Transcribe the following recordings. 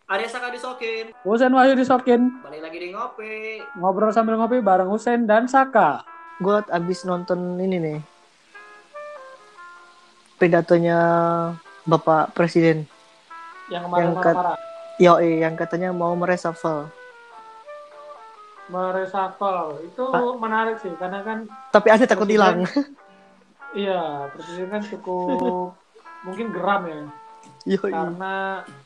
Arya Saka disokin. Husein Wahyu Disokin, Balik lagi di ngopi. ngobrol sambil ngopi bareng Husein dan Saka. Gue abis nonton ini nih, pidatonya Bapak Presiden Yang kemarin yang marah-marah. yang katanya mau mereshuffle. Mereshuffle. Itu Ah, menarik sih, karena kan tapi ada takut presiden, hilang. iya, presiden kan cukup mungkin geram ya. Yoi. Karena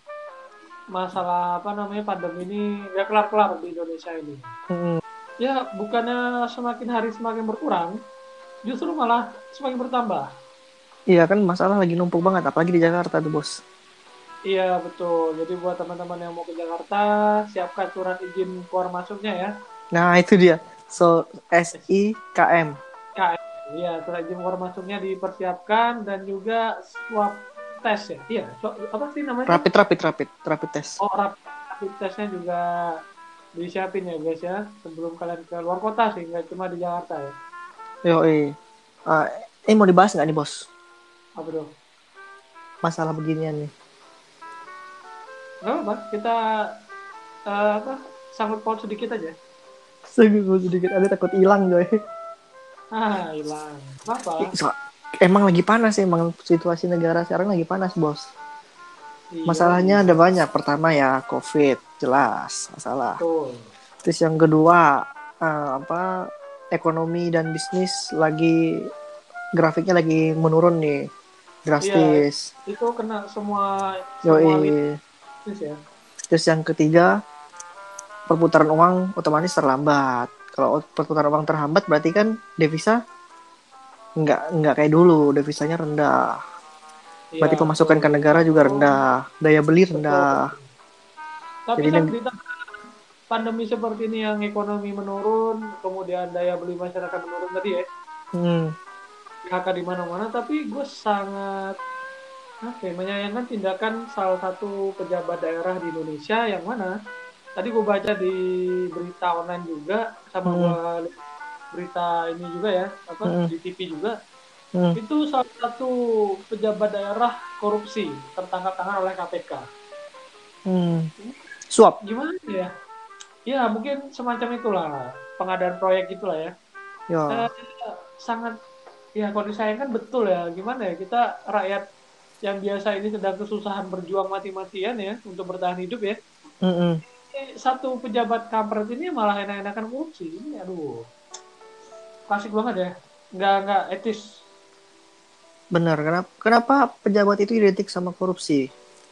masalah apa namanya pandemi ini gak kelar-kelar di Indonesia ini. Hmm. Ya, bukannya semakin hari semakin berkurang, justru malah semakin bertambah. Iya kan masalah lagi numpuk banget, apalagi di Jakarta tuh bos. Iya, betul. Jadi buat teman-teman yang mau ke Jakarta, siapkan surat izin keluar masuknya ya. Nah itu dia. So SIKM. KM. Iya, surat izin keluar masuknya dipersiapkan dan juga swab test ya. Iya, apa sih namanya tuh? Rapid test. Oh, rapid testnya juga disiapin ya guys ya. Sebelum kalian ke luar kota sih, nggak cuma di Jakarta ya. Yoi. Ah, mau dibahas nggak nih bos? Apa tuh? Masalah beginian nih. Nggak apa, kita apa sangkut paut sedikit aja. Sedikit ada takut hilang coy. Ah, hilang. Apa? So, emang lagi panas emang situasi negara sekarang lagi panas bos. Iya, Masalahnya ada iya, banyak. Pertama ya COVID, jelas masalah. betul. Terus yang kedua apa ekonomi dan bisnis lagi grafiknya lagi menurun nih, Iya, drastis. itu kena semua semua Yoi. bisnis ya. Terus yang ketiga perputaran uang otomatis terlambat. Kalau perputaran uang terhambat berarti kan devisa nggak kayak dulu, devisanya rendah. Iya, Berarti pemasukan betul. ke negara juga Betul, rendah, daya beli betul, rendah. betul. Tapi Jadi kan di pandemi seperti ini yang ekonomi menurun, kemudian daya beli masyarakat menurun tadi ya, hmm, PHK di mana-mana, tapi gue sangat apa ya, menyayangkan tindakan salah satu pejabat daerah di Indonesia yang mana tadi gue baca di berita online juga sama hmm, gue berita ini juga ya, apa hmm, di TV juga, hmm, itu salah satu pejabat daerah korupsi tertangkap tangan oleh KPK. hmm. Suap. Gimana ya? Ya mungkin semacam itulah pengadaan proyek itulah ya. Eh, Ya. sangat ya kalau disayangkan betul ya gimana ya kita rakyat yang biasa ini sedang kesusahan berjuang mati-matian ya untuk bertahan hidup ya. Mm-mm. Satu pejabat kampret ini malah enak-enakan korupsi. Ini aduh, klasik banget ya. Nggak etis. Benar. Kenapa pejabat itu identik sama korupsi?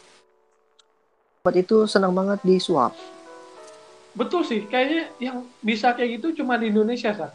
Pejabat itu senang banget disuap. Betul sih, kayaknya yang bisa kayak gitu cuma di Indonesia, Sat.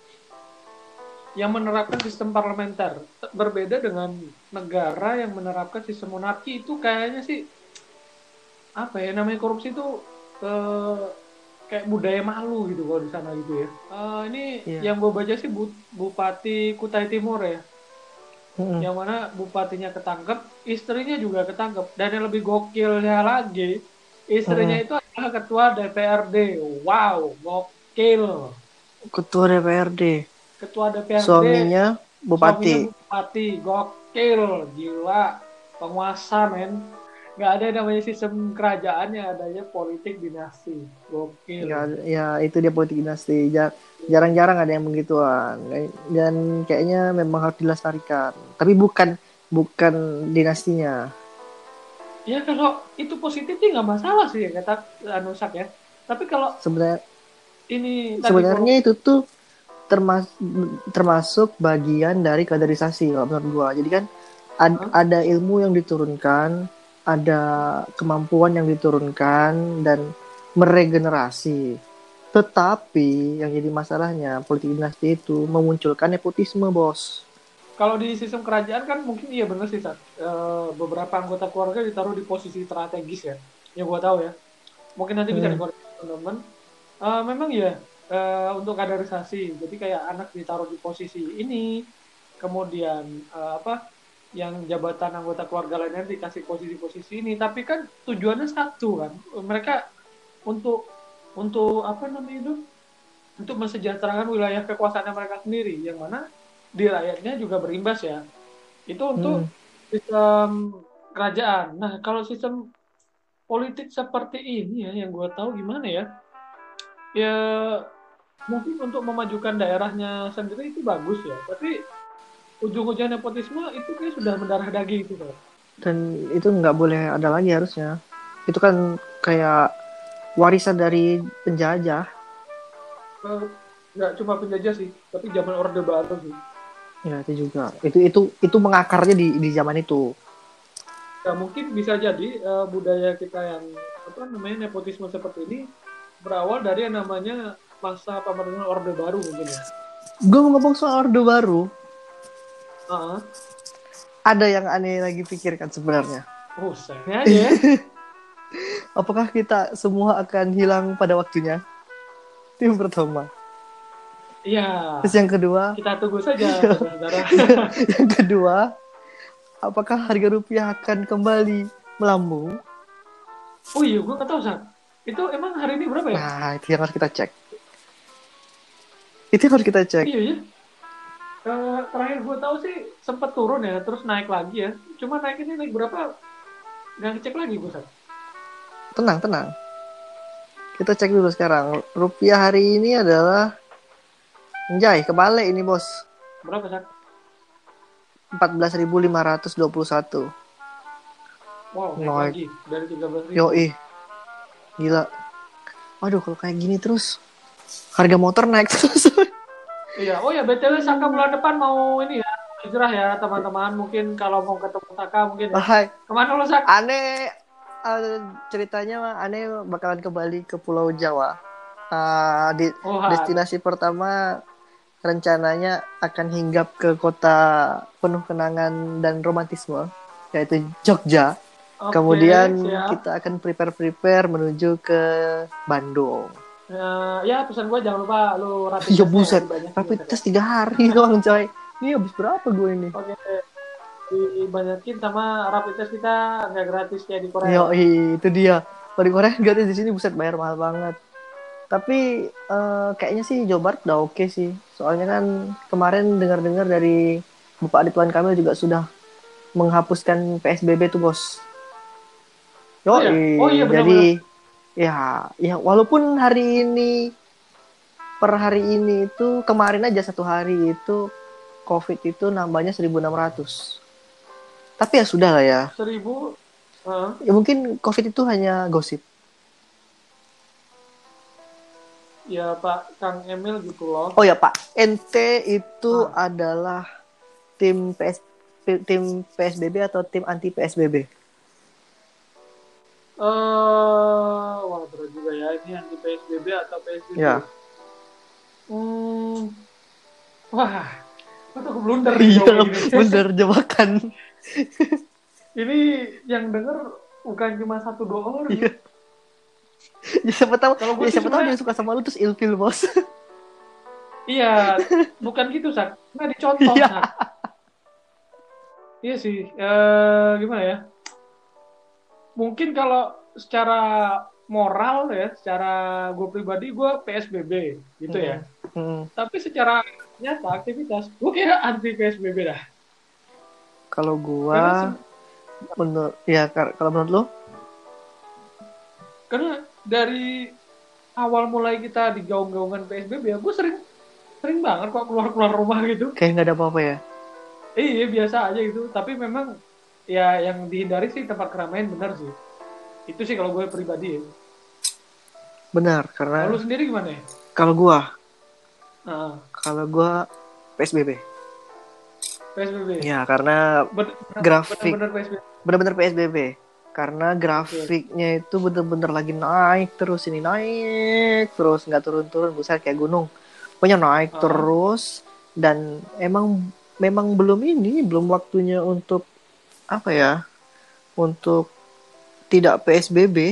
Yang menerapkan sistem parlementer. Berbeda dengan negara yang menerapkan sistem monarki itu kayaknya sih apa ya namanya korupsi itu eh, kayak budaya malu gitu kalau di sana gitu ya. Ini Iya. yang gue baca sih Bupati Kutai Timur ya, Mm-mm. yang mana bupatinya ketangkep, istrinya juga ketangkep, dan yang lebih gokilnya lagi, istrinya Mm-mm. itu adalah ketua DPRD. Wow, gokil. Ketua DPRD. Ketua DPRD, Suaminya suaminya bupati. bupati, gokil, gila, penguasa men. Nggak ada yang namanya sistem kerajaan yang adanya politik dinasti, gokil. Ya, ya itu dia politik dinasti. Jarang-jarang ada yang begituan. Dan kayaknya memang harus dilestarikan. Tapi bukan bukan dinastinya. Ya kalau itu positif sih nggak masalah sih ya kata Anusak ya. Tapi kalau Sebenarnya ini tadi sebenarnya korupsi, itu tuh termas- termasuk bagian dari kaderisasi kalau menurut gua. Jadi kan huh? ada ilmu yang diturunkan, ada kemampuan yang diturunkan dan meregenerasi. Tetapi yang jadi masalahnya politik dinasti itu memunculkan nepotisme, bos. Kalau di sistem kerajaan kan mungkin iya benar sih Sat. Beberapa anggota keluarga ditaruh di posisi strategis ya. Yang gua tahu ya. Mungkin nanti bisa Hmm, dikoreksi teman-teman. Memang ya untuk kaderisasi. Jadi kayak anak ditaruh di posisi ini, kemudian apa yang jabatan anggota keluarga lainnya dikasih posisi-posisi ini. Tapi kan tujuannya satu kan. Mereka untuk apa namanya itu? Untuk mensejahterakan wilayah kekuasaannya mereka sendiri. Yang mana di rakyatnya juga berimbas ya. Itu untuk hmm, sistem kerajaan. Nah, kalau sistem politik seperti ini ya, yang gue tahu gimana ya, ya mungkin untuk memajukan daerahnya sendiri itu bagus ya, tapi ujung-ujung nepotisme itu kayak sudah mendarah daging gitu loh. Dan itu nggak boleh ada lagi harusnya. Itu kan kayak warisan dari penjajah. Nggak cuma penjajah sih, tapi zaman Orde Baru sih. Ya itu juga. Itu mengakarnya di zaman itu. Ya mungkin bisa jadi budaya kita yang apa namanya nepotisme seperti ini berawal dari yang namanya masa pemerintahan Orde Baru mungkin ya. Gue mau ngomong soal Orde Baru. Heeh. Ada yang aneh lagi pikirkan sebenarnya. Oh, saya aja ya. Apakah kita semua akan hilang pada waktunya? Itu yang pertama. Iya. Terus yang kedua, Kita tunggu saja, saudara. yang kedua, apakah harga rupiah akan kembali melambung? Oh iya, gue nggak tahu San. Itu emang hari ini berapa ya? Nah, itu yang harus kita cek. Itu yang harus kita cek. Iya ya. Terakhir gue tahu sih sempat turun ya, terus naik lagi ya. Cuma naik ini naik berapa? Nggak ngecek lagi gue San. Tenang, tenang. Kita cek dulu sekarang. Rupiah hari ini adalah Anjay, kebalik ini bos. Berapa San? 14.521. Wow, naik Naik. lagi dari 13.000. Yoi. Gila. Waduh, kalau kayak gini terus harga motor naik terus. Iya, oh ya BTW Saka bulan depan mau ini ya, hijrah ya teman-teman. Mungkin kalau mau ketemu Saka mungkin ya. Hai, Kemana lo Sak? aneh ceritanya mah aneh bakalan kembali ke Pulau Jawa. Di Oh, destinasi pertama rencananya akan hinggap ke kota penuh kenangan dan romantisme, yaitu Jogja. oke, Kemudian siap. kita akan prepare menuju ke Bandung. Ya pesan gue jangan lupa lu rapid Ya test buset, banyak rapid test 3 hari doang coy. Ini habis berapa gue ini? Oke, dibanyakin sama rapid test kita nggak gratis kayak di Korea. Yoi, itu dia. Kalau di Korea gratis, di sini buset bayar mahal banget. Tapi kayaknya sih Jawa Barat udah oke sih. Soalnya kan kemarin dengar-dengar dari Bapak Ridwan Kamil juga sudah menghapuskan PSBB tuh bos. Oh iya? Yoi, Oh iya, jadi benar-benar. ya walaupun hari ini per hari ini itu kemarin aja satu hari itu COVID itu nambahnya 1.600. Tapi ya sudah lah ya. 1.000. Ya mungkin COVID itu hanya gosip. Ya Pak Kang Emil gitu loh. Oh ya Pak, ente itu adalah tim PSBB atau tim anti PSBB? Wah berat juga ya, ini anti PSBB atau PSBB? Ya. Wah, itu blunder Iya, ini. bener jebakan. Ini yang denger bukan cuma 1-2 orang. Iya. Ya, siapa tahu, Kalau gue ya, sih siapa tahu sebenarnya- dia suka sama lu terus ilfil bos. Iya, bukan gitu Sak. Nah dicontoh Iya. Sak. Iya sih, gimana ya? Mungkin kalau secara moral ya, secara gue pribadi gue PSBB gitu ya. Tapi secara nyata aktivitas gue kira anti PSBB dah. Kalau gua menurut ya kalau menurut lo? Karena dari awal mulai kita digaung-gaungan PSBB ya, gue sering banget kok keluar rumah gitu. Kayak nggak ada apa-apa ya. Iya biasa aja gitu. Tapi memang ya yang dihindari sih tempat keramaian, benar sih. Itu sih kalau gue pribadi ya. Benar, karena Kalau lu sendiri gimana ya? kalau gua PSBB. PSBB. Ya, karena grafik benar-benar PSBB. Karena grafiknya itu bener-bener lagi naik terus, ini naik terus, nggak turun-turun, buset kayak gunung. Pokoknya naik terus, dan memang belum waktunya untuk apa ya? Untuk tidak PSBB.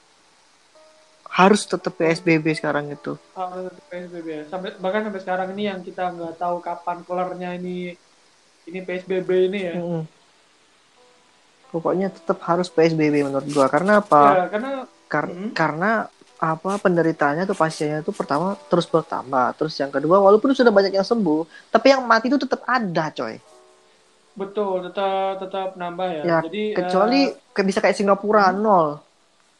Harus tetap PSBB sekarang itu. PSBB ya. Bahkan sampai sekarang ini yang kita nggak tahu kapan kelarnya ini PSBB ini ya. Pokoknya tetap harus PSBB menurut gua. Karena apa? Ya, karena apa, penderitaannya tuh pasiennya tuh pertama terus bertambah. Terus yang kedua, walaupun sudah banyak yang sembuh, tapi yang mati itu tetap ada, coy. Betul, tetap nambah ya. Ya, jadi kecuali bisa kayak Singapura 0.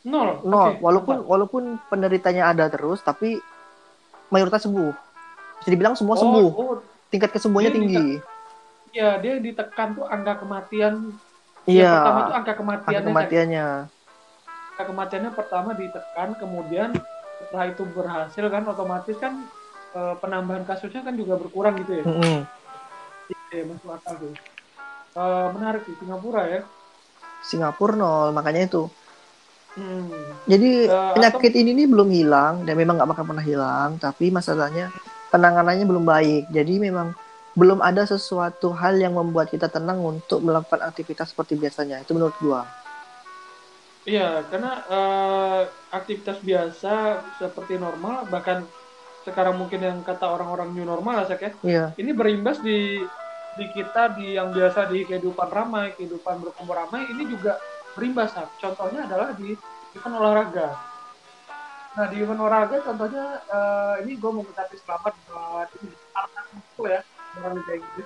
Nol. Nol. Oke, Walaupun mantap. walaupun penderitanya ada terus, tapi mayoritas sembuh. Bisa dibilang semua Oh, sembuh. oh, Tingkat kesembuhannya dia tinggi. dia ditekan tuh angka kematian. Iya, Yang pertama tuh angka angka kematiannya, Cak. kematiannya. Angka kematiannya pertama ditekan, kemudian setelah itu berhasil kan, otomatis kan penambahan kasusnya kan juga berkurang gitu ya. Mm-mm. Iya, masuk akal tuh. Menarik sih Singapura ya. Singapura nol, makanya itu. Hmm. Jadi Atau penyakit ini nih belum hilang dan memang nggak bakal pernah hilang, tapi masalahnya penanganannya belum baik. Jadi memang belum ada sesuatu hal yang membuat kita tenang untuk melakukan aktivitas seperti biasanya. Itu menurut gua. iya, karena aktivitas biasa seperti normal, bahkan sekarang mungkin yang kata orang-orang new normal ya, Sak, ya. Iya. Ini berimbas di kita di yang biasa di kehidupan ramai, kehidupan berkumpul ramai, ini juga berimbas, Sak. Contohnya adalah di event olahraga. Nah, di event olahraga contohnya ini gue mau mengucapkan selamat buat ini Spartak Moskow ya, orang Liga Inggris.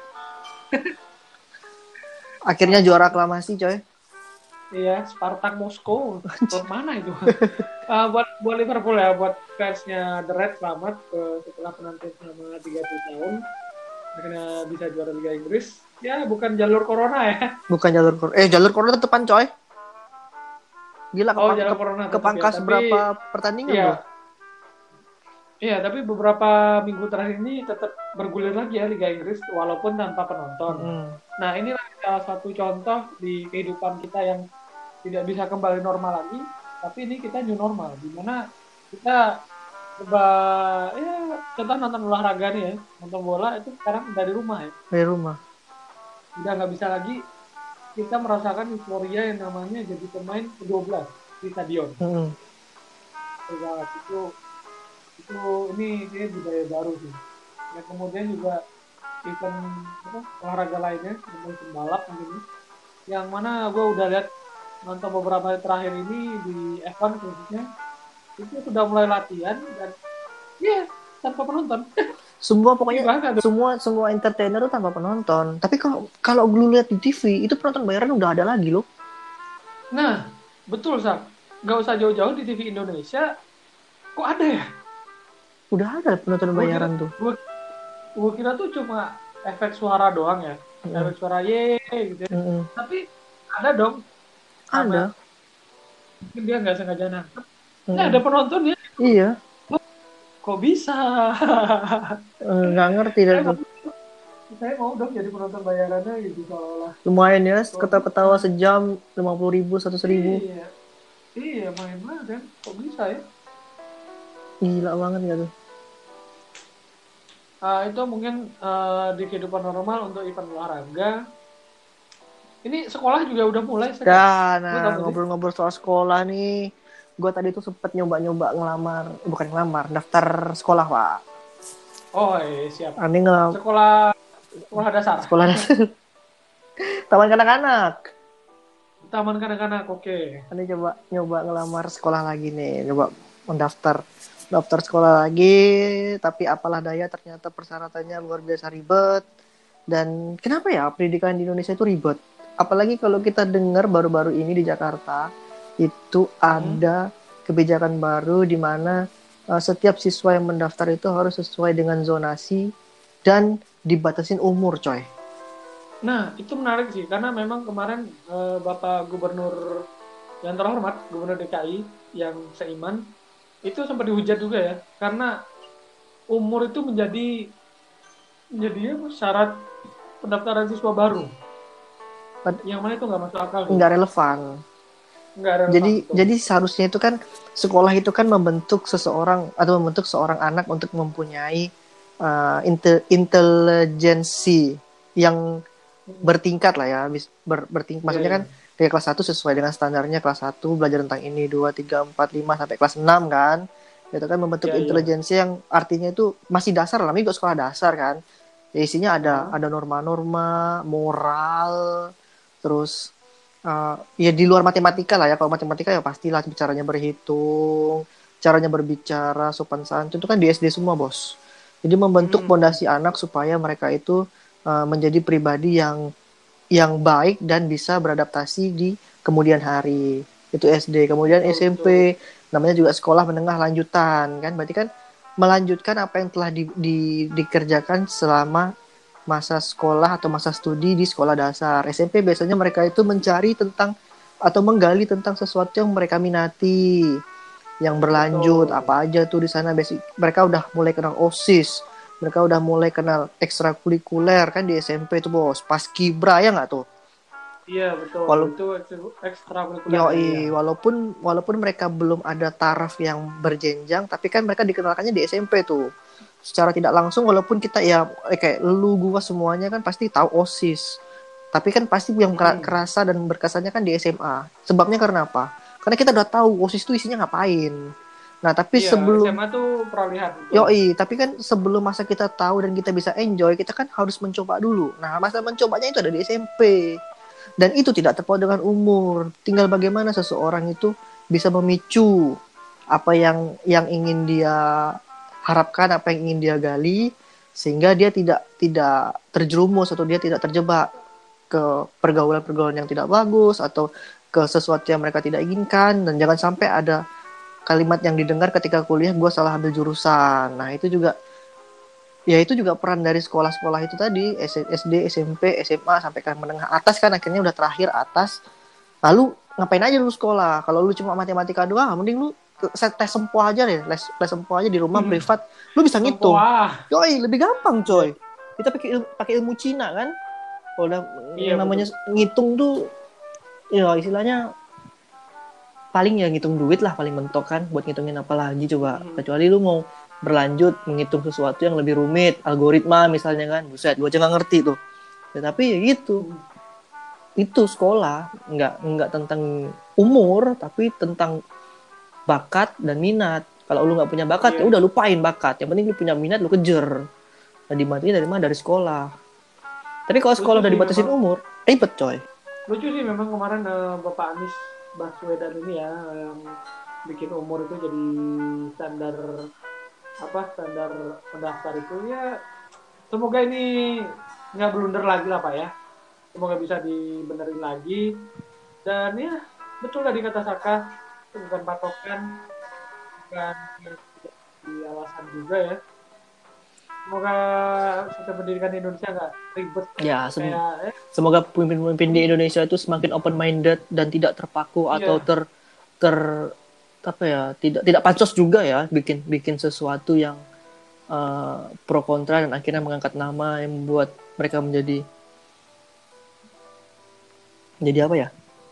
Akhirnya juara aklamasi, coy. Iya, Spartak Moskow. Klub mana itu? Buat Liverpool ya, buat fansnya The Reds selamat setelah penantian selama 30 tahun akhirnya bisa juara Liga Inggris. Ya, bukan jalur corona ya. Bukan jalur corona tetepan, coy. Gila Oh, jalur corona tetap ya. kepangkas Tapi berapa pertandingan iya, loh. iya, tapi beberapa minggu terakhir ini tetap bergulir lagi ya Liga Inggris walaupun tanpa penonton. Mm-mm. Nah, inilah salah satu contoh di kehidupan kita yang tidak bisa kembali normal lagi, tapi ini kita new normal, di mana kita coba ya contoh nonton olahraga nih ya, nonton bola itu sekarang dari rumah ya, Dari rumah. udah nggak bisa lagi kita merasakan euforia yang namanya jadi pemain ke-12 di stadion. Mm-mm. Segala itu ini budaya baru sih. Dan kemudian juga event apa, olahraga lainnya, event balap mungkin, yang mana gue udah lihat nonton beberapa hari terakhir ini di F1 khususnya itu sudah mulai latihan dan ya tanpa penonton. Semua Ini pokoknya bangga dong. semua entertainer tuh tanpa penonton. Tapi kalau kalau lu lihat di TV itu penonton bayaran udah ada lagi loh. Nah, betul Sak. Gak usah jauh-jauh di TV Indonesia, kok ada ya? Udah ada penonton Gue kira, bayaran tuh. gue kira tuh cuma efek suara doang ya, Mm-mm. efek suara ye gitu ya. Mm-mm. Tapi ada dong, karena Ada. mungkin dia nggak sengaja nangkep. Ini Mm-mm. ada penontonnya, Iya. kok bisa? Nggak ngerti dah saya mau, tuh. saya mau dong jadi penonton bayarannya gitu seolah-olah. Lumayan ya, Kok bisa? ketawa sejam 50.000, 100.000. Iya, iya main banget kan? Kok bisa ya? Gila banget ya tuh. Itu mungkin di kehidupan normal untuk event olahraga. Ini sekolah juga udah mulai. Lu tahu Nah, nggak sih? ngobrol-ngobrol soal sekolah nih. Gue tadi tuh sempet nyoba-nyoba ngelamar, bukan ngelamar, daftar sekolah, Pak. Oh, siap. Aneh ngelam Sekolah dasar. sekolah taman kanak-kanak. Taman kanak-kanak, oke. Aneh coba nyoba ngelamar sekolah lagi nih, coba daftar sekolah lagi, tapi apalah daya ternyata persyaratannya luar biasa ribet. Dan kenapa ya pendidikan di Indonesia itu ribet? Apalagi kalau kita dengar baru-baru ini di Jakarta itu ada kebijakan baru di mana setiap siswa yang mendaftar itu harus sesuai dengan zonasi dan dibatasin umur, coy. Nah, itu menarik sih, karena memang kemarin Bapak Gubernur yang terhormat, Gubernur DKI yang seiman, itu sempat dihujat juga ya, karena umur itu menjadi syarat pendaftaran siswa baru. Yang mana itu nggak masuk akal. Nggak relevan. Nggak relevan. Jadi seharusnya itu kan sekolah itu kan membentuk seseorang atau membentuk seorang anak untuk mempunyai intelijensi yang bertingkat lah ya, maksudnya kan dari kelas 1 sesuai dengan standarnya kelas 1 belajar tentang ini 2, 3, 4, 5 sampai kelas 6 kan. Itu kan membentuk intelijensi yang artinya itu masih dasar lah, juga sekolah dasar kan. Ya isinya ada norma-norma, moral, terus ya di luar matematika lah ya. Kalau matematika ya pastilah caranya berhitung, caranya berbicara, sopan santun itu kan di SD semua, Bos. Jadi membentuk fondasi anak supaya mereka itu menjadi pribadi yang baik dan bisa beradaptasi di kemudian hari. Itu SD. Kemudian Betul, SMP namanya juga sekolah menengah lanjutan kan. Berarti kan melanjutkan apa yang telah dikerjakan selama masa sekolah atau masa studi di sekolah dasar. SMP biasanya mereka itu mencari tentang atau menggali tentang sesuatu yang mereka minati, yang berlanjut betul. apa aja tuh di sana. Basic mereka udah mulai kenal OSIS, mereka udah mulai kenal ekstrakurikuler kan di SMP tuh bos, paskibra ya nggak tuh. Iya betul. Walau Itu ekstrakurikuler ya. Iya. Yoi, walaupun mereka belum ada taraf yang berjenjang, tapi kan mereka dikenalkannya di SMP tuh. Secara tidak langsung, walaupun kita ya kayak lu gua semuanya kan pasti tahu OSIS. Tapi kan pasti yang kerasa dan berkesannya kan di SMA. Sebabnya karena apa? Karena kita udah tahu OSIS itu isinya ngapain. Nah, tapi Iya, sebelum SMA tuh peralihan. Betul. Yoi, tapi kan sebelum masa kita tahu dan kita bisa enjoy, kita kan harus mencoba dulu. Nah, masa mencobanya itu ada di SMP. Dan itu tidak terpaut dengan umur. Tinggal bagaimana seseorang itu bisa memicu apa yang ingin dia harapkan, apa yang ingin dia gali, sehingga dia tidak terjerumus atau dia tidak terjebak ke pergaulan-pergaulan yang tidak bagus atau ke sesuatu yang mereka tidak inginkan. Dan jangan sampai ada kalimat yang didengar ketika kuliah, gue salah ambil jurusan. Nah, itu juga peran dari sekolah-sekolah itu tadi, SD, SMP, SMA, sampai ke menengah atas kan akhirnya udah terakhir atas. Lalu ngapain aja lu sekolah? Kalau lu cuma matematika doang, mending lu tes sempo aja deh, les sempo aja di rumah privat. Lu bisa ngitung. Yoi, lebih gampang coy. Kita pakai ilmu Cina kan. Kalau udah yang namanya ngitung tuh ya istilahnya paling ya ngitung duit lah paling mentok kan, buat ngitungin apa lagi coba. Kecuali lu mau berlanjut menghitung sesuatu yang lebih rumit, algoritma misalnya kan, buset, gue aja nggak ngerti tuh. Ya, tapi ya gitu, itu sekolah nggak tentang umur, tapi tentang bakat dan minat. Kalau lu nggak punya bakat ya udah lupain bakat, yang penting lu punya minat lu kejar. Nah, dimatinya dari mana? Dari sekolah. Tapi kalau sekolah udah dibatasin umur, ribet coy. Lucu sih memang kemarin Bapak Anies Baswedan ini ya yang bikin umur itu jadi standar pendaftar itu ya. Semoga ini nggak blunder lagi lah Pak ya. Semoga bisa dibenerin lagi. Dan ya betul tadi kata Saka, itu bukan patokan, bukan di alasan juga ya. Semoga sistem pendidikan di Indonesia nggak ribet. Ya, semoga pemimpin-pemimpin di Indonesia itu semakin open minded dan tidak terpaku atau tidak pansos juga ya bikin sesuatu yang pro kontra dan akhirnya mengangkat nama yang membuat mereka menjadi apa ya?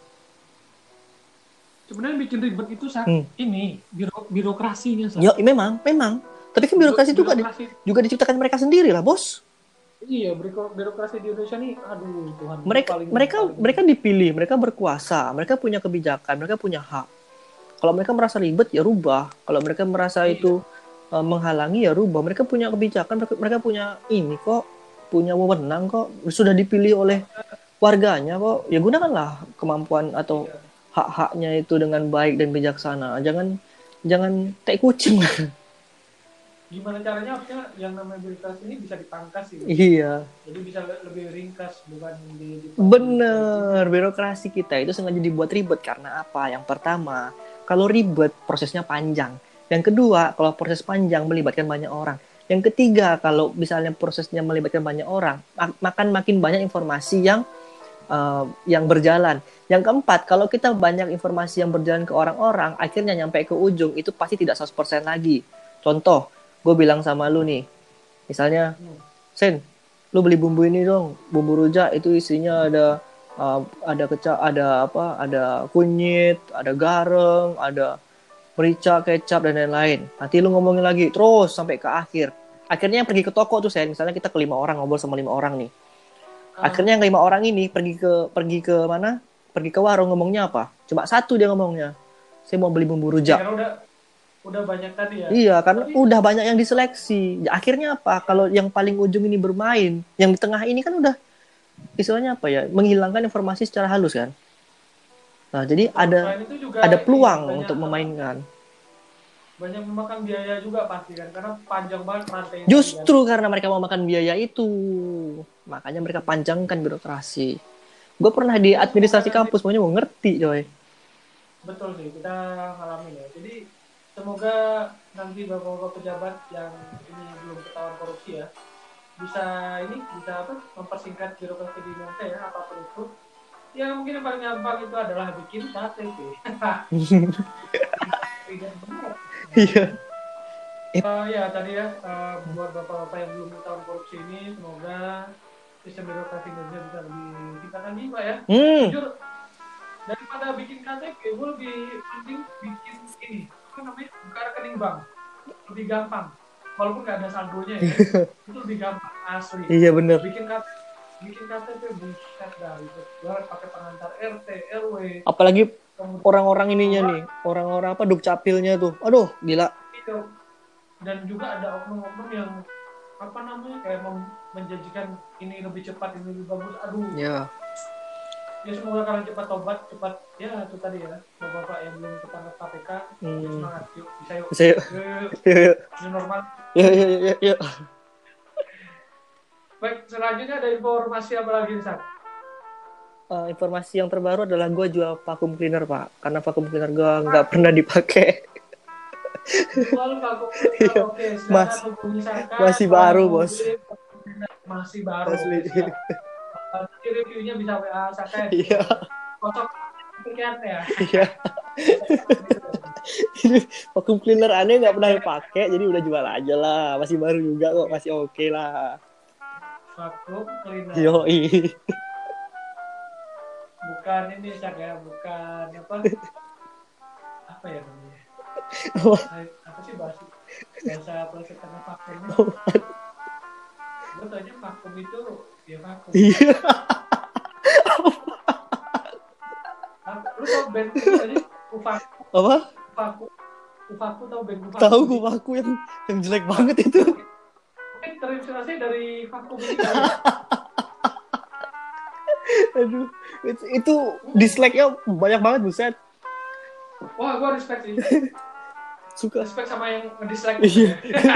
Sebenarnya bikin ribet itu ini birokrasinya. Ya, memang. Tapi kan birokrasi itu juga diciptakan mereka sendiri lah, bos. Iya, birokrasi di Indonesia nih, aduh Tuhan. Mereka dipilih, mereka berkuasa, mereka punya kebijakan, mereka punya hak. Kalau mereka merasa ribet ya rubah. Kalau mereka merasa itu menghalangi ya rubah. Mereka punya kebijakan, mereka punya punya wewenang kok. Sudah dipilih oleh warganya kok. Ya gunakanlah kemampuan atau hak-haknya itu dengan baik dan bijaksana. Jangan tai kucing. Gimana caranya harusnya yang namanya birokrasi ini bisa dipangkas gitu. Iya. Jadi bisa lebih ringkas, bukan Bener, birokrasi kita itu sengaja dibuat ribet karena apa? Yang pertama, kalau ribet prosesnya panjang. Yang kedua, kalau proses panjang melibatkan banyak orang. Yang ketiga, kalau misalnya prosesnya melibatkan banyak orang, makin banyak informasi yang berjalan. Yang keempat, kalau kita banyak informasi yang berjalan ke orang-orang, akhirnya nyampe ke ujung itu pasti tidak 100% lagi. Contoh, gue bilang sama lu nih, misalnya, Sen, lu beli bumbu ini dong, bumbu rujak itu isinya ada kunyit, ada garam, ada merica, kecap dan lain-lain. Nanti lu ngomongin lagi terus sampai ke akhir. Akhirnya yang pergi ke toko tuh, Sen, misalnya kita ke 5 orang ngobrol sama 5 orang nih. Akhirnya yang 5 orang ini pergi ke mana? Pergi ke warung, ngomongnya apa? Cuma satu dia ngomongnya. Saya mau beli bumbu rujak. Udah banyak tadi ya. Iya, karena udah banyak yang diseleksi. Akhirnya apa? Kalau yang paling ujung ini bermain, yang di tengah ini kan udah istilahnya apa ya? Menghilangkan informasi secara halus kan. Nah, jadi ada peluang untuk memainkan. Banyak memakan biaya juga pasti kan, karena panjang banget rantainya. Justru karena mereka mau makan biaya itu, makanya mereka panjangkan birokrasi. Gue pernah di administrasi kampus, pokoknya mau ngerti, coy. betul sih kita ngalamin ya. Jadi semoga nanti bapak-bapak pejabat yang ini belum ketahuan korupsi ya bisa mempersingkat birokrasi di Indonesia ya, apapun itu. Ya mungkin yang paling gampang itu adalah bikin KTP. Tidak benar. Iya. Ya tadi ya buat bapak-bapak yang belum ketahuan korupsi ini, semoga sistem birokrasi Indonesia bisa lebih tingkat lagi Pak ya. Jujur, daripada bikin KTP, gue lebih penting bikin ini, apa namanya, buka rekening bank, lebih gampang. Walaupun nggak ada saldonya ya, itu lebih gampang asli. Iya bener. Bikin KTP buset dah itu. Gue harus pakai pengantar RT, RW. Apalagi orang-orang ininya nih, orang-orang apa dukcapilnya tuh, aduh gila. Itu. Dan juga ada oknum-oknum yang apa namanya kayak menjanjikan ini lebih cepat, ini lebih bagus. Aduh. Ya. Ya semoga kalian cepat tobat, cepat ya itu tadi ya, bapak-bapak yang belum ketangkap KPK, semangat yuk, bisa yuk. Yuk. New normal. Yuk. Baik, selanjutnya ada informasi apa lagi Sat? Informasi yang terbaru adalah gue jual vacuum cleaner Pak, karena vacuum cleaner gue nggak pernah dipakai. Jual vacuum cleaner, oke. Masih baru bos. Masih baru. Nanti reviewnya bisa WA Sakai. Iya. Kocok sekian ya. Iya. Vacuum cleaner aneh nggak pernah dipakai, jadi udah jual aja lah. Masih baru juga kok, masih oke lah. Vacuum cleaner. Yoi. Bukan ini Sak ya, bukan apa ya namanya? Apa sih bahasa pelesetannya vacuum? Gue tanya vakum itu ya vakum. Iya. Lu tau band itu tadi Ufaku? Apa? Ufaku tau band Ufaku? Tahu gue Ufaku yang jelek banget itu. Mungkin terinspirasi dari vakum ini. Aduh, itu dislike-nya banyak banget buset. Wah, gue respect sih. Suka. Respect sama yang nge-dislike. Iya.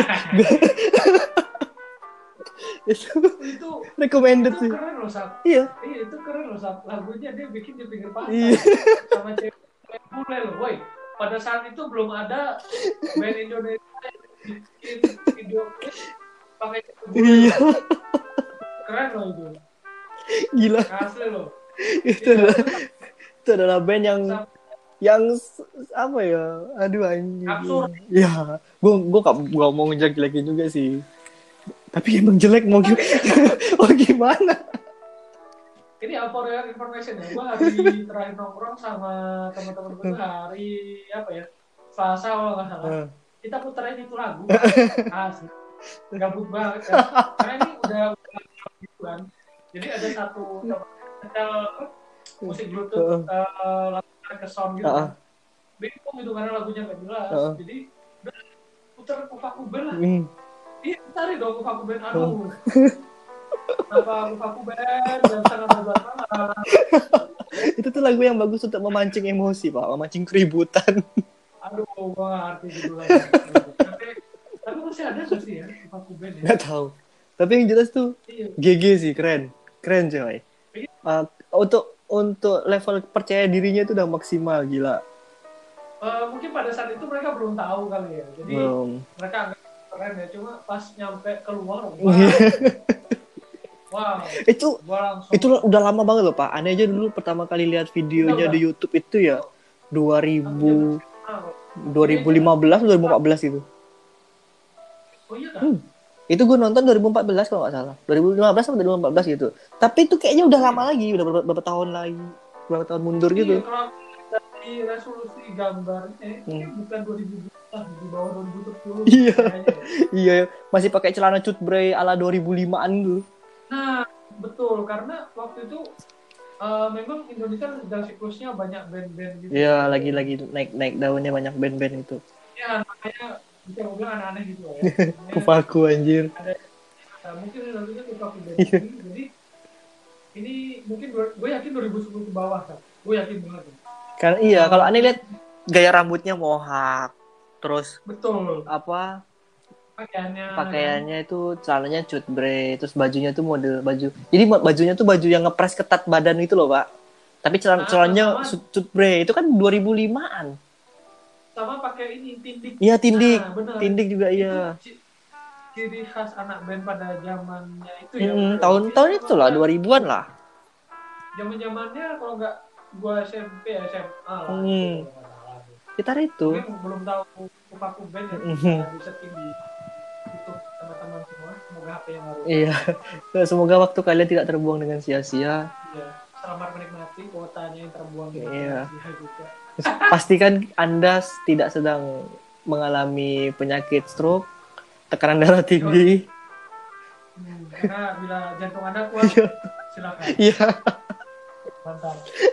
itu recommended itu sih. Keren loh Sab. Iya, itu keren loh Sab. Lagunya dia bikin di pinggir pantai. Iya. Sama cewek bule loh, woi. Pada saat itu belum ada band Indonesia yang bikin video klip pakai cewek bule. Iya. Keren loh itu. Gila. Asli loh. Itu adalah band yang apa ya? Aduh anjing. Absurd. Ya, gua mau ngejelek-jelekin juga sih. Tapi emang jelek mau gimana? Ini for your information ya. Gue hari terakhir nongkrong sama teman-teman gue hari apa ya? Selasa kalau nggak salah. Kita puterin itu lagu. Asli. Gabut banget kan. Karena ini udah gitu kan. Jadi ada satu musik Bluetooth lagu ke sound gitu kan. Bingung gitu karena lagunya nggak jelas. Jadi udah puter Ufaku band lah. Iya, cari dong Ufaku band. Aduh. Kenapa Ufaku band dan sangat berbuat malam. Itu tuh lagu yang bagus untuk memancing emosi, Pak. Memancing keributan. Aduh, gue gak ngerti judulnya. Tapi masih ada gak sih ya Ufaku band ya? Gak tahu. Tapi yang jelas tuh GG sih, keren. Keren coy. Untuk level percaya dirinya itu udah maksimal, gila. Mungkin pada saat itu mereka belum tahu kali ya. Jadi mereka agak keren ya. Cuma pas nyampe keluar, wow. Itu udah lama banget loh Pak. Aneh aja dulu pertama kali lihat videonya di YouTube itu ya 2015 atau 2014 itu. Oh iya kan? Itu gue nonton 2014 kalau nggak salah. 2015 atau 2014 gitu. Tapi itu kayaknya udah lama lagi, udah beberapa tahun lagi. Beberapa tahun mundur gitu. Kalau dari resolusi gambarnya bukan 2012, di bawah 2010. Iya. Iya, masih pakai celana cut bray ala 2005-an dulu. Nah, betul, karena waktu itu memang Indonesia sedang siklusnya banyak band-band gitu. Iya, lagi naik daunnya banyak band-band itu. Ya, makanya bisa bilang aneh-aneh gitu ya. Kupaku anjir. Mungkin lagunya Kupaku band ini. Jadi ini mungkin gue yakin 2010 ke bawah kan. Gue yakin banget. Kan iya, kalau aneh lihat gaya rambutnya mohak. Terus betul. Apa? Pakaiannya itu celananya cut bre, terus bajunya tuh model baju. Jadi bajunya tuh baju yang ngepres ketat badan itu loh, Pak. Tapi celananya sut bre itu kan 2005-an. Sama pakai ini tindik. Iya tindik. Nah, bener. Tindik juga iya. Ciri khas anak band pada zamannya itu ya. Tahun itu lah 2000-an lah. Zaman-zamannya kalau nggak gua SMP SMA lah. Gitar itu. Mungkin belum tahu aku band ya. Bisa di YouTube teman-teman semua. Semoga HP yang harus. Iya. Semoga waktu kalian tidak terbuang dengan sia-sia. Iya. Selamat menikmati kuotanya yang terbuang dengan sia-sia juga. Pastikan Anda tidak sedang mengalami penyakit stroke, tekanan darah tinggi. Karena bila jantung Anda kuat, silakan. Iya. Mantap.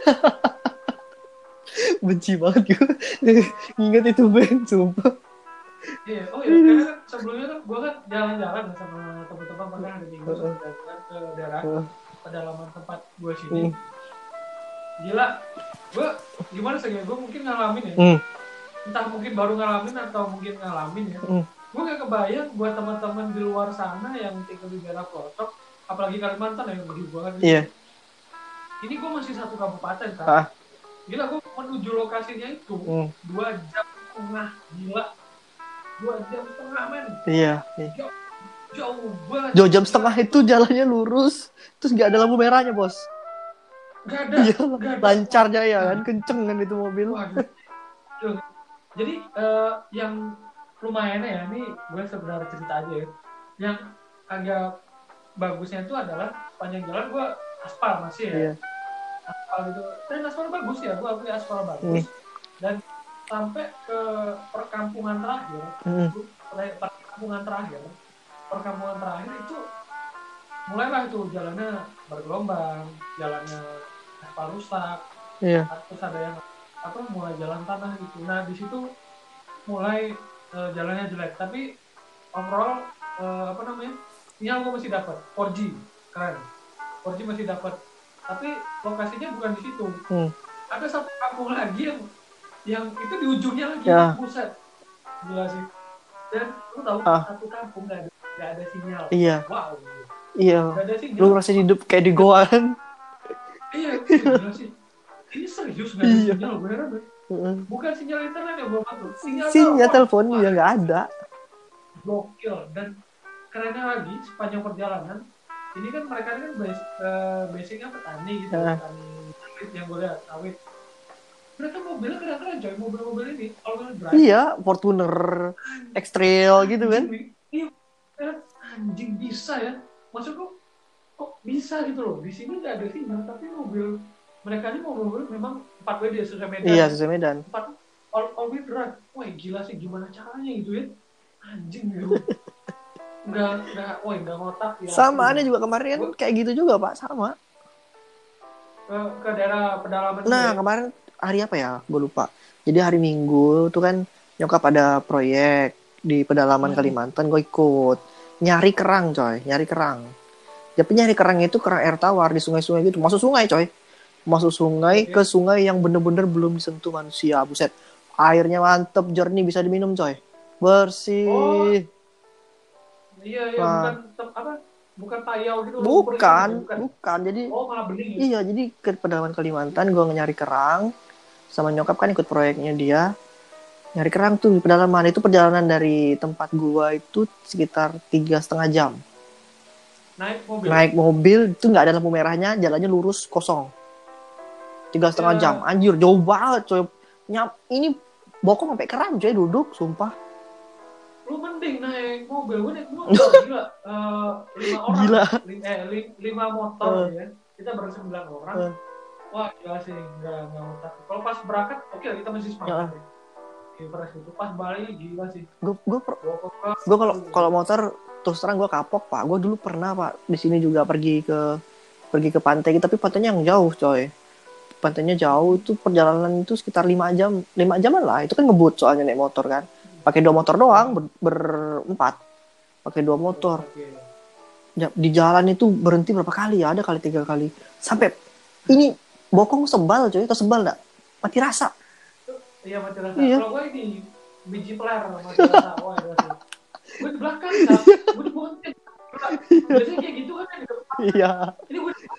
Benci banget gue ingat itu band, sumpah. Iya, karena kan sebelumnya kan gue kan jalan-jalan sama teman-teman pernah hari Minggu jalan ke daerah pedalaman tempat gue sini. Gila, gue gimana sih? Gue mungkin ngalamin ya. Entah mungkin baru ngalamin atau mungkin ngalamin ya. Gue gak kebayang buat teman-teman di luar sana yang tinggal di daerah pelosok, apalagi Kalimantan yang lebih banget. Iya. Ini gue masih satu kabupaten kan. Gila, gue menuju lokasinya itu 2 jam setengah, gila. 2 jam setengah, men. Iya. Jauh banget. 2 jam setengah itu jalannya lurus, terus gak ada lampu merahnya, bos. Gak ada. Iya, lancar jaya kan, kenceng kan itu mobil. Waduh. Jadi yang lumayan ya, ini gue sebenarnya cerita aja ya. Yang agak bagusnya itu adalah sepanjang jalan gue aspal masih ya. Iya. Aspal gitu. Dan aspal bagus ya, gue akui aspal bagus. Dan sampai ke perkampungan terakhir, perkampungan terakhir itu mulailah itu jalannya bergelombang, jalannya aspal rusak. Iya. Terus ada yang mulai jalan tanah gitu. Nah di situ mulai jalannya jelek, tapi overall sinyal gue masih dapat 4G, keren. 4G masih dapat, tapi lokasinya bukan di situ. Ada satu kampung lagi yang itu di ujungnya lagi, buset, gila sih. Dan lu tahu satu kampung nggak ada sinyal. Iya. Wow. Iya. Nggak ada sinyal. Lu ngerasa hidup kayak di goa kan? Iya, gila sih. Ini serius nggak ada sinyal, gue heran deh. Bukan sinyal internet yang gue maksud, sinyal telepon ya nggak ada. Gokil. Dan kerennya lagi sepanjang perjalanan ini kan mereka kan basicnya petani gitu, petani sawit yang gue lihat sawit. Mereka mobilnya keren-keren coy, mobil-mobil ini all-wheel drive. Iya, Fortuner, X-Trail gitu kan. Iya, anjing bisa ya. Maksudku kok bisa gitu loh. Di sini nggak ada sinyal, tapi mobil mereka ini mobil memang 4WD sesuai medan. Iya, sesuai medan. All-wheel drive. Wah, gila sih gimana caranya gitu ya. Anjing gitu. Enggak ngotak ya. Sama aneh juga kemarin kayak gitu juga, Pak, sama. Ke daerah pedalaman. Nah, kemarin hari apa ya? Gue lupa. Jadi hari Minggu tuh kan nyokap ada proyek di pedalaman Kalimantan, gue ikut. Nyari kerang, coy. Tapi nyari kerang itu kerang air tawar di sungai-sungai gitu. Masuk sungai, coy. Masuk sungai ke sungai yang bener-bener belum disentuh manusia. Buset. Airnya mantep, jernih, bisa diminum, coy. Bersih. Iya, bukan payau gitu. Bukan. Jadi malah bening. Iya, jadi ke pedalaman Kalimantan gue nyari kerang. Sama nyokap kan ikut proyeknya dia. Nyari kerang tuh di pedalaman. Itu perjalanan dari tempat gue itu sekitar 3,5 jam. Naik mobil itu nggak ada lampu merahnya, jalannya lurus kosong. 3,5 jam. Anjir, jauh banget coy. Ini bokong sampai kram coy, duduk sumpah. Lu mending naik mobil, gue naik motor gila. 5 orang. Gila. 5 motor ya. Kita ber-9 orang. Wah, gila sih, enggak ngotak. Kalau pas berangkat, oke, kita masih semangat. Itu pas balik gila sih. Gue kalau motor terus terang gue kapok, Pak. Gue dulu pernah, Pak, di sini juga pergi ke pantai, tapi pantainya yang jauh, coy. Pantainya jauh, itu perjalanan itu sekitar 5 jam. 5 jaman lah, itu kan ngebut soalnya naik motor kan. Pakai 2 motor doang, berempat. Pakai 2 motor. Di jalan itu berhenti berapa kali ya? Ada kali 3 kali. Sampai ini bokong sebal, coy. Kesebal enggak? Mati rasa. Iya, mati rasa. Iya. Kalau gue ini biji peler mati rasa. Wah, gue di belakang, gue di bontek. Biasanya kayak gitu kan di depan. Iya. Ini gue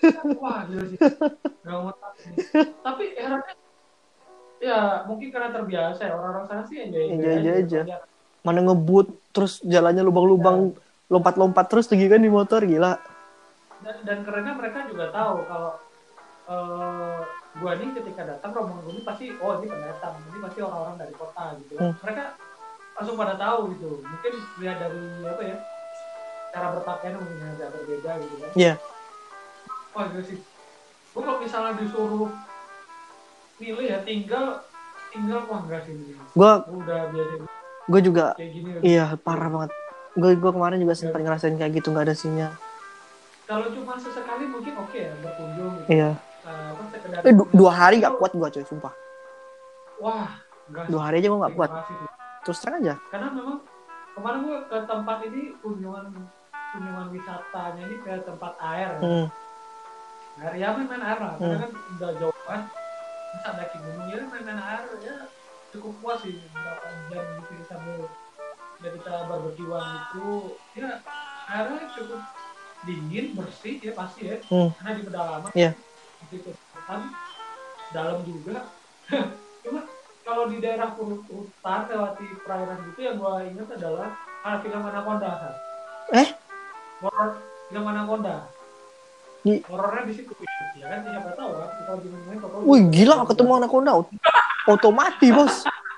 Wah gila sih, nggak ngotak sih. Tapi herannya ya mungkin karena terbiasa ya, orang-orang sana sih enjoy aja ya, aja. soalnya Mana ngebut terus jalannya lubang-lubang, lompat-lompat terus tinggi kan di motor, gila. dan kerennya mereka juga tahu kalau gua nih ketika datang rombongan gua ini pasti ini pendatang, ini pasti orang-orang dari kota gitu. Mereka langsung pada tahu gitu. Mungkin lihat dari apa ya, cara berpakaian mungkin agak berbeda gitu kan. Iya. Wah gitu sih. Gua kalau misalnya disuruh milih ya tinggal wah enggak sih. Gua udah biasa. Gue juga kayak gini. Iya, parah banget. Gue kemarin juga sempat ngerasain kayak gitu, nggak ada sinyal. Kalau cuma sesekali mungkin oke ya berkunjung gitu. Iya. Sekedar 2 hari gak kuat gue coy, sumpah. Wah, enggak. 2 hari aja gue gak kuat. Terus terang aja. Karena memang kemarin gue ke tempat ini kunjungan wisatanya ini ke tempat air. Ya main air lah, karena kan udah jauh kan. Masa daki gunung ya main air ya cukup puas sih, berapa jam gitu sambil ya kita barbekyuan gitu. Ya airnya cukup dingin, bersih ya pasti ya. Karena di pedalaman. Iya. Gitu. Kan dalam juga. Cuma kalau di daerah hutan lewati perairan gitu yang gue ingat adalah film Anaconda kan? Horor film Anaconda. Horornya di situ ya kan, siapa tahu kan kalau di mana kok. Wih gila, ketemu Anaconda otomatis bos.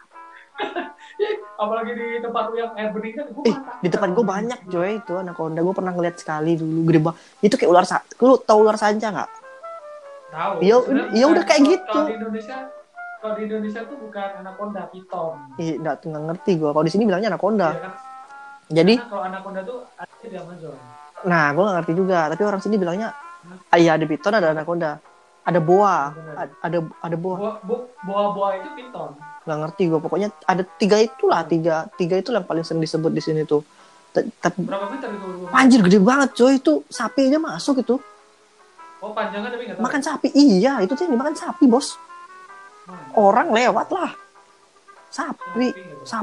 Apalagi di tempat lu yang air bening kan. Di tempat gue banyak coy itu Anaconda. Gue pernah ngeliat sekali dulu, gede banget. Itu kayak ular lu tau ular sanca nggak? Tahu. Iya udah kayak gitu. Kalau di Indonesia tuh bukan Anaconda, piton. Iya, nggak ngerti gue. Kalau di sini bilangnya Anaconda. Iya, kan? Jadi kalau Anaconda tuh ada di Amazon. Nah, gue nggak ngerti juga. Tapi orang sini bilangnya, ada piton, ada Anaconda, ada boa, ada boa. Boa itu piton. Nggak ngerti gue. Pokoknya ada 3 itulah, tiga itu yang paling sering disebut di sini tuh. Tapi berapa meter itu? Anjir gede banget coy, itu sapi aja masuk itu. Oh panjangnya tapi nggak tahu. Makan sapi, iya itu tuh yang dimakan sapi bos. Orang lewat lah. Sapi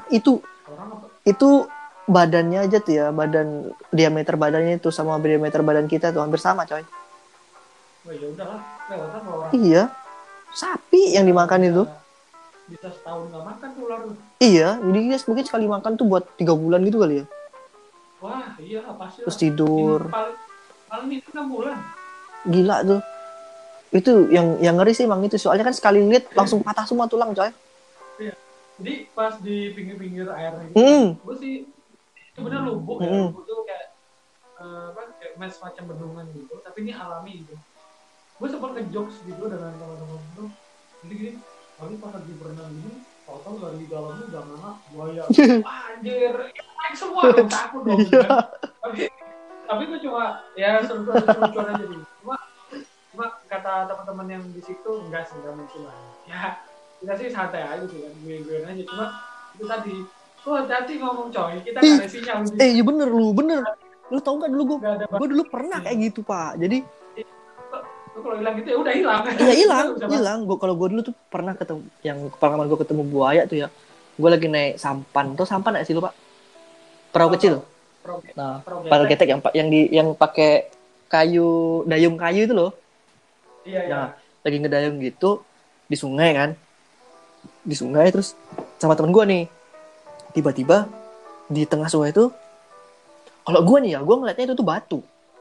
itu badannya aja tuh ya, badan diameter badannya itu sama diameter badan kita tuh hampir sama coy. Oh ya udahlah, lewatan orang. Iya, sapi yang dimakan itu. Bisa setahun nggak makan tuh ular. Iya, jadi guys mungkin sekali makan tuh buat 3 bulan gitu kali ya. Wah iya pasti. Terus tidur. Paling itu 6 bulan. Gila tuh. Itu yang ngeri sih emang itu, soalnya kan sekali lihat langsung patah semua tulang coy. Iya. Jadi pas di pinggir-pinggir air gitu, gue sih sebenarnya lubuk ya, lubuk tuh kayak kayak semacam bendungan gitu, tapi ini alami gitu. Gue sempat ngejokes gitu dengan teman-teman tuh, jadi gini, kali pas lagi berenang gini, tahu dari dalamnya udah mana buaya, anjir, yang semua dong takut dong kan. Tapi gue cuma ya seru-seruan aja gitu. Cuma kata teman-teman yang di situ enggak sih, enggak mungkin lah. Ya kita sih santai aja sih kan, gue aja. Cuma itu tadi, hati ngomong coy, kita nggak ada sinyal. Iya bener lu tau nggak dulu gue dulu pernah kayak gitu pak. Jadi kalau hilang gitu ya udah hilang. Iya hilang. Kalau gue dulu tuh pernah ketemu, yang pengalaman gue ketemu buaya tuh ya. Gue lagi naik sampan, tuh sampan nggak sih lu pak? Perahu kecil. Nah, perahu getek yang pakai kayu, dayung kayu itu loh. Iya. Nah, lagi ngedayung gitu di sungai kan. Di sungai terus sama temen gue nih. Tiba-tiba di tengah sungai itu, kalau gue nih ya, gue ngeliatnya itu tuh batu.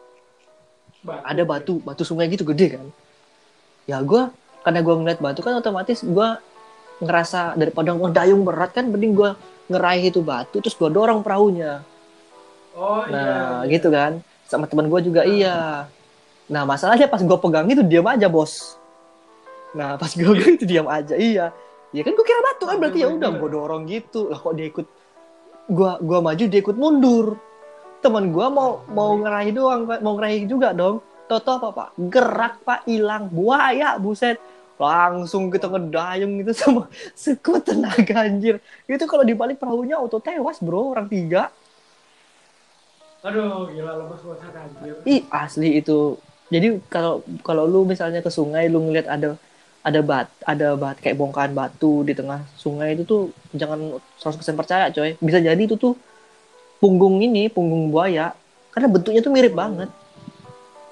Ada batu sungai gitu gede kan. Ya karena gue ngeliat batu kan otomatis gue ngerasa daripada ngedayung berat kan, mending gue ngeraih itu batu terus gue dorong perahunya. Nah iya. Gitu kan. Sama teman gue juga iya. Nah masalahnya pas gue pegang itu diam aja bos. Nah pas gue pegang itu diam aja. Iya. Ya kan gue kira batu kan, berarti ya udah gue dorong gitu. Lah kok dia ikut, gue maju dia ikut mundur. Teman gue mau ngeraih doang, mau ngeraih juga dong. Toto apa pak? Gerak pak, hilang buaya, buset. Langsung kita ngedayung gitu sama sekuat tenaga anjir. Itu kalau dibalik perahunya auto tewas bro, orang 3. Aduh, gila lemes banget anjir. Asli itu. Jadi kalau lu misalnya ke sungai, lu ngeliat ada bat kayak bongkahan batu di tengah sungai itu tuh jangan 100% percaya coy. Bisa jadi itu tuh punggung buaya, karena bentuknya tuh mirip banget.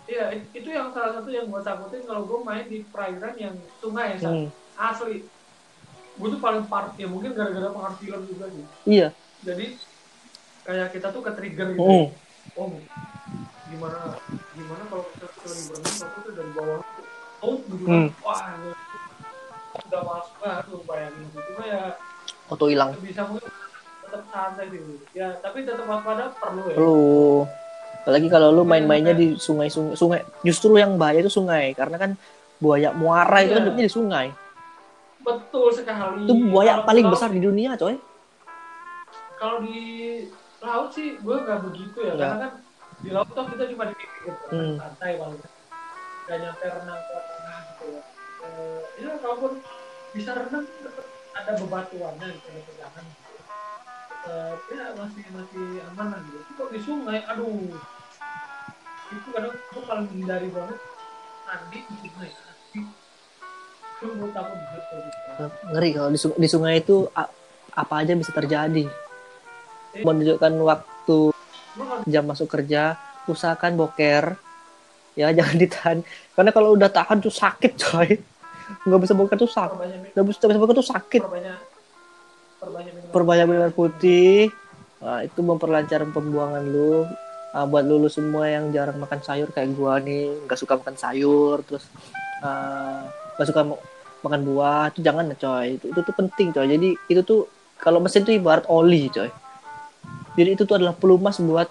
Iya, itu yang salah satu yang gue takutin kalau gue main di perairan yang sungai ya, asli. Gue tuh paling parah ya, mungkin gara-gara pengaruh film juga sih. Iya. Jadi kayak kita tuh ke-trigger gitu. Ya. Oh, gimana kalau kita lagi berenang tuh dari bawah gitu kan. Wah, udah males banget tuh bayangin gitu. Cuma ya Auto hilang. bisa mungkin tetap santai sih. Ya, tapi tetap waspada perlu ya. Perlu. Apalagi kalau lu main-mainnya di sungai. Justru yang bahaya itu sungai, karena kan buaya muara itu kan hidupnya di sungai. Betul sekali. Itu buaya paling besar di dunia, coy. Kalau di laut sih gue nggak begitu ya, karena kan di laut tuh kita cuma di pinggir pantai paling nggak nyampe renang ke tengah gitu ya. Ya kalaupun bisa renang tetap ada bebatuannya gitu ya, pegangan gitu. Ya masih aman lah gitu. Kalau di sungai, aduh, itu kadang gue paling hindari banget mandi di sungai. Itu gue takut gitu. Ngeri kalau di sungai itu apa aja bisa terjadi. Menunjukkan waktu jam masuk kerja, usahakan boker. Ya jangan ditahan, karena kalau udah tahan tuh sakit, coy. Nggak bisa boker tuh sakit. Nggak bisa boker tuh sakit. Perbanyak minum air putih. Nah, itu memperlancar pembuangan lu. Buat lu semua yang jarang makan sayur kayak gua nih, nggak suka makan sayur, terus nggak suka makan buah, itu jangan, coy. Itu tuh penting, coy. Jadi itu tuh kalau mesin tuh ibarat oli, coy. Jadi itu tuh adalah pelumas buat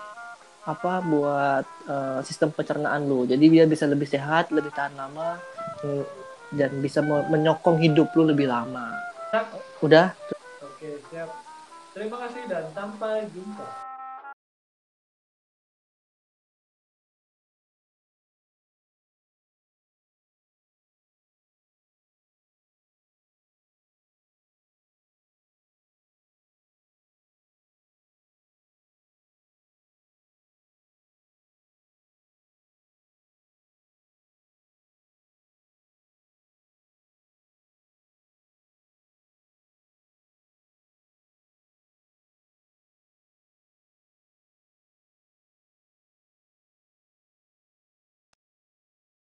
sistem pencernaan lu. Jadi dia bisa lebih sehat, lebih tahan lama, dan bisa menyokong hidup lu lebih lama. Udah? Oke, siap. Terima kasih dan sampai jumpa.